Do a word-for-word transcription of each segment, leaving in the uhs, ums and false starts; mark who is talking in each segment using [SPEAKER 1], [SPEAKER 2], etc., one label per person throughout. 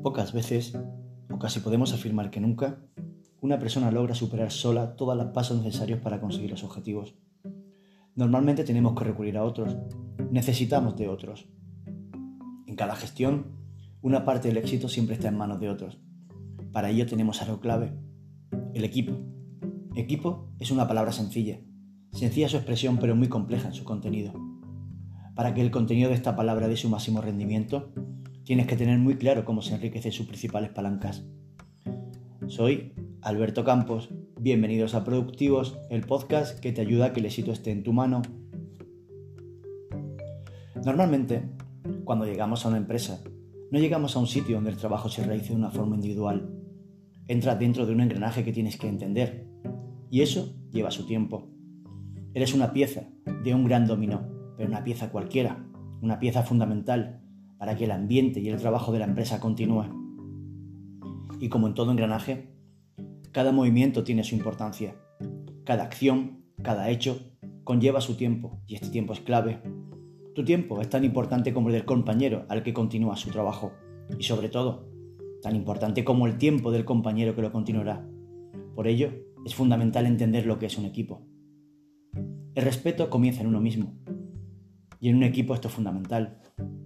[SPEAKER 1] Pocas veces, o casi podemos afirmar que nunca, una persona logra superar sola todos los pasos necesarios para conseguir los objetivos. Normalmente tenemos que recurrir a otros, necesitamos de otros. En cada gestión, una parte del éxito siempre está en manos de otros. Para ello tenemos algo clave: el equipo. Equipo es una palabra sencilla, sencilla su expresión pero muy compleja en su contenido. Para que el contenido de esta palabra dé su máximo rendimiento, tienes que tener muy claro cómo se enriquecen sus principales palancas. Soy Alberto Campos, bienvenidos a Productivos, el podcast que te ayuda a que el éxito esté en tu mano. Normalmente, cuando llegamos a una empresa, no llegamos a un sitio donde el trabajo se realice de una forma individual. Entras dentro de un engranaje que tienes que entender, y eso lleva su tiempo. Eres una pieza de un gran dominó, pero una pieza cualquiera, una pieza fundamental para que el ambiente y el trabajo de la empresa continúe. Y como en todo engranaje, cada movimiento tiene su importancia. Cada acción, cada hecho, conlleva su tiempo, y este tiempo es clave. Tu tiempo es tan importante como el del compañero al que continúa su trabajo, y sobre todo, tan importante como el tiempo del compañero que lo continuará. Por ello, es fundamental entender lo que es un equipo. El respeto comienza en uno mismo, y en un equipo esto es fundamental.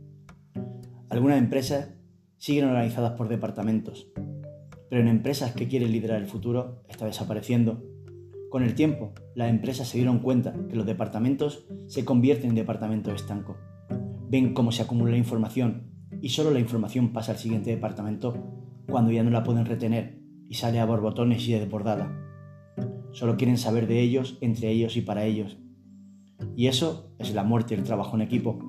[SPEAKER 1] Algunas empresas siguen organizadas por departamentos, pero en empresas que quieren liderar el futuro está desapareciendo. Con el tiempo, las empresas se dieron cuenta que los departamentos se convierten en departamentos estancos. Ven cómo se acumula la información y solo la información pasa al siguiente departamento cuando ya no la pueden retener y sale a borbotones y desbordada. Solo quieren saber de ellos, entre ellos y para ellos. Y eso es la muerte del trabajo en equipo.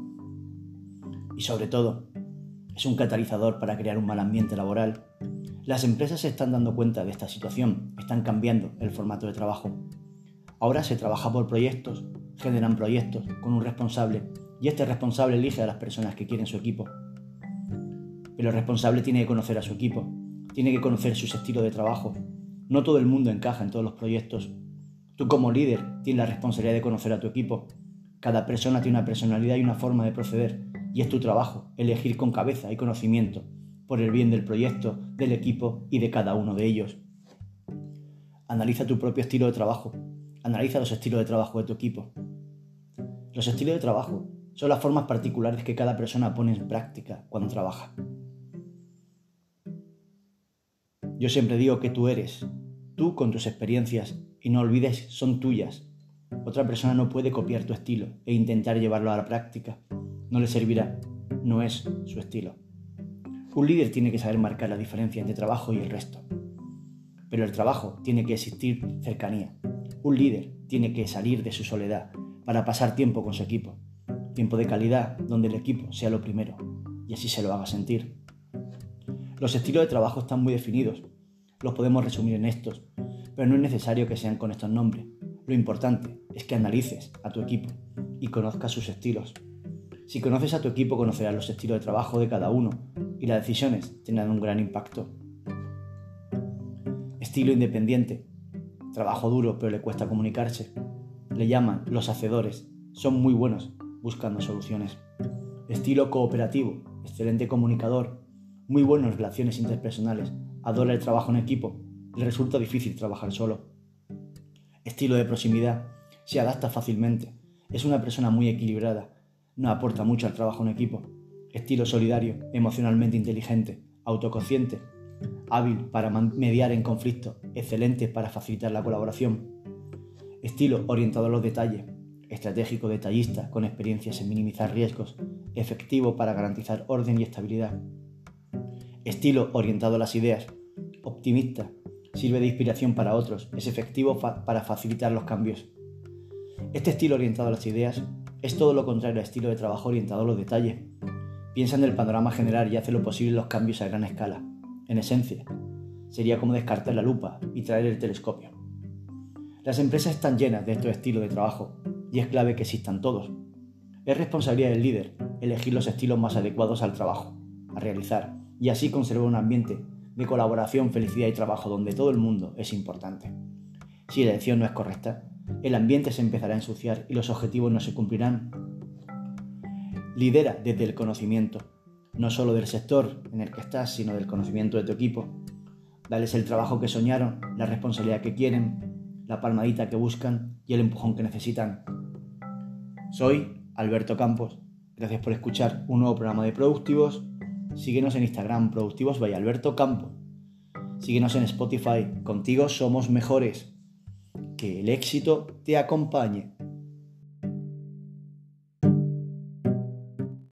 [SPEAKER 1] Y sobre todo, es un catalizador para crear un mal ambiente laboral. Las empresas se están dando cuenta de esta situación, están cambiando el formato de trabajo. Ahora se trabaja por proyectos, generan proyectos con un responsable y este responsable elige a las personas que quieren su equipo. Pero el responsable tiene que conocer a su equipo, tiene que conocer sus estilos de trabajo. No todo el mundo encaja en todos los proyectos. Tú como líder tienes la responsabilidad de conocer a tu equipo. Cada persona tiene una personalidad y una forma de proceder, y es tu trabajo elegir con cabeza y conocimiento por el bien del proyecto, del equipo y de cada uno de ellos. Analiza tu propio estilo de trabajo. Analiza los estilos de trabajo de tu equipo. Los estilos de trabajo son las formas particulares que cada persona pone en práctica cuando trabaja. Yo siempre digo que tú eres, tú con tus experiencias, y no olvides, son tuyas. Otra persona no puede copiar tu estilo e intentar llevarlo a la práctica. No le servirá, no es su estilo. Un líder tiene que saber marcar la diferencia entre trabajo y el resto. Pero el trabajo tiene que existir cercanía. Un líder tiene que salir de su soledad para pasar tiempo con su equipo. Tiempo de calidad donde el equipo sea lo primero y así se lo haga sentir. Los estilos de trabajo están muy definidos. Los podemos resumir en estos, pero no es necesario que sean con estos nombres. Lo importante es que analices a tu equipo y conozcas sus estilos. Si conoces a tu equipo, conocerás los estilos de trabajo de cada uno y las decisiones tendrán un gran impacto. Estilo independiente. Trabajo duro, pero le cuesta comunicarse. Le llaman los hacedores. Son muy buenos buscando soluciones. Estilo cooperativo. Excelente comunicador. Muy bueno en relaciones interpersonales. Adora el trabajo en equipo. Le resulta difícil trabajar solo. Estilo de proximidad. Se adapta fácilmente. Es una persona muy equilibrada. No aporta mucho al trabajo en equipo. Estilo solidario, emocionalmente inteligente, autoconsciente, hábil para mediar en conflictos, excelente para facilitar la colaboración. Estilo orientado a los detalles, estratégico detallista con experiencias en minimizar riesgos, efectivo para garantizar orden y estabilidad. Estilo orientado a las ideas, optimista, sirve de inspiración para otros, es efectivo fa- para facilitar los cambios. Este estilo orientado a las ideas es todo lo contrario al estilo de trabajo orientado a los detalles. Piensa en el panorama general y hace lo posible los cambios a gran escala. En esencia, sería como descartar la lupa y traer el telescopio. Las empresas están llenas de estos estilos de trabajo y es clave que existan todos. Es responsabilidad del líder elegir los estilos más adecuados al trabajo, a realizar, y así conservar un ambiente de colaboración, felicidad y trabajo donde todo el mundo es importante. Si la elección no es correcta, el ambiente se empezará a ensuciar y los objetivos no se cumplirán. Lidera desde el conocimiento. no solo del sector en el que estás, sino del conocimiento de tu equipo. Dales el trabajo que soñaron, la responsabilidad que quieren, la palmadita que buscan y el empujón que necesitan. Soy Alberto Campos. Gracias por escuchar un nuevo programa de Productivos. Síguenos en Instagram, Productivos by Alberto Campos. Síguenos en Spotify, Contigo somos mejores. Que el éxito te acompañe.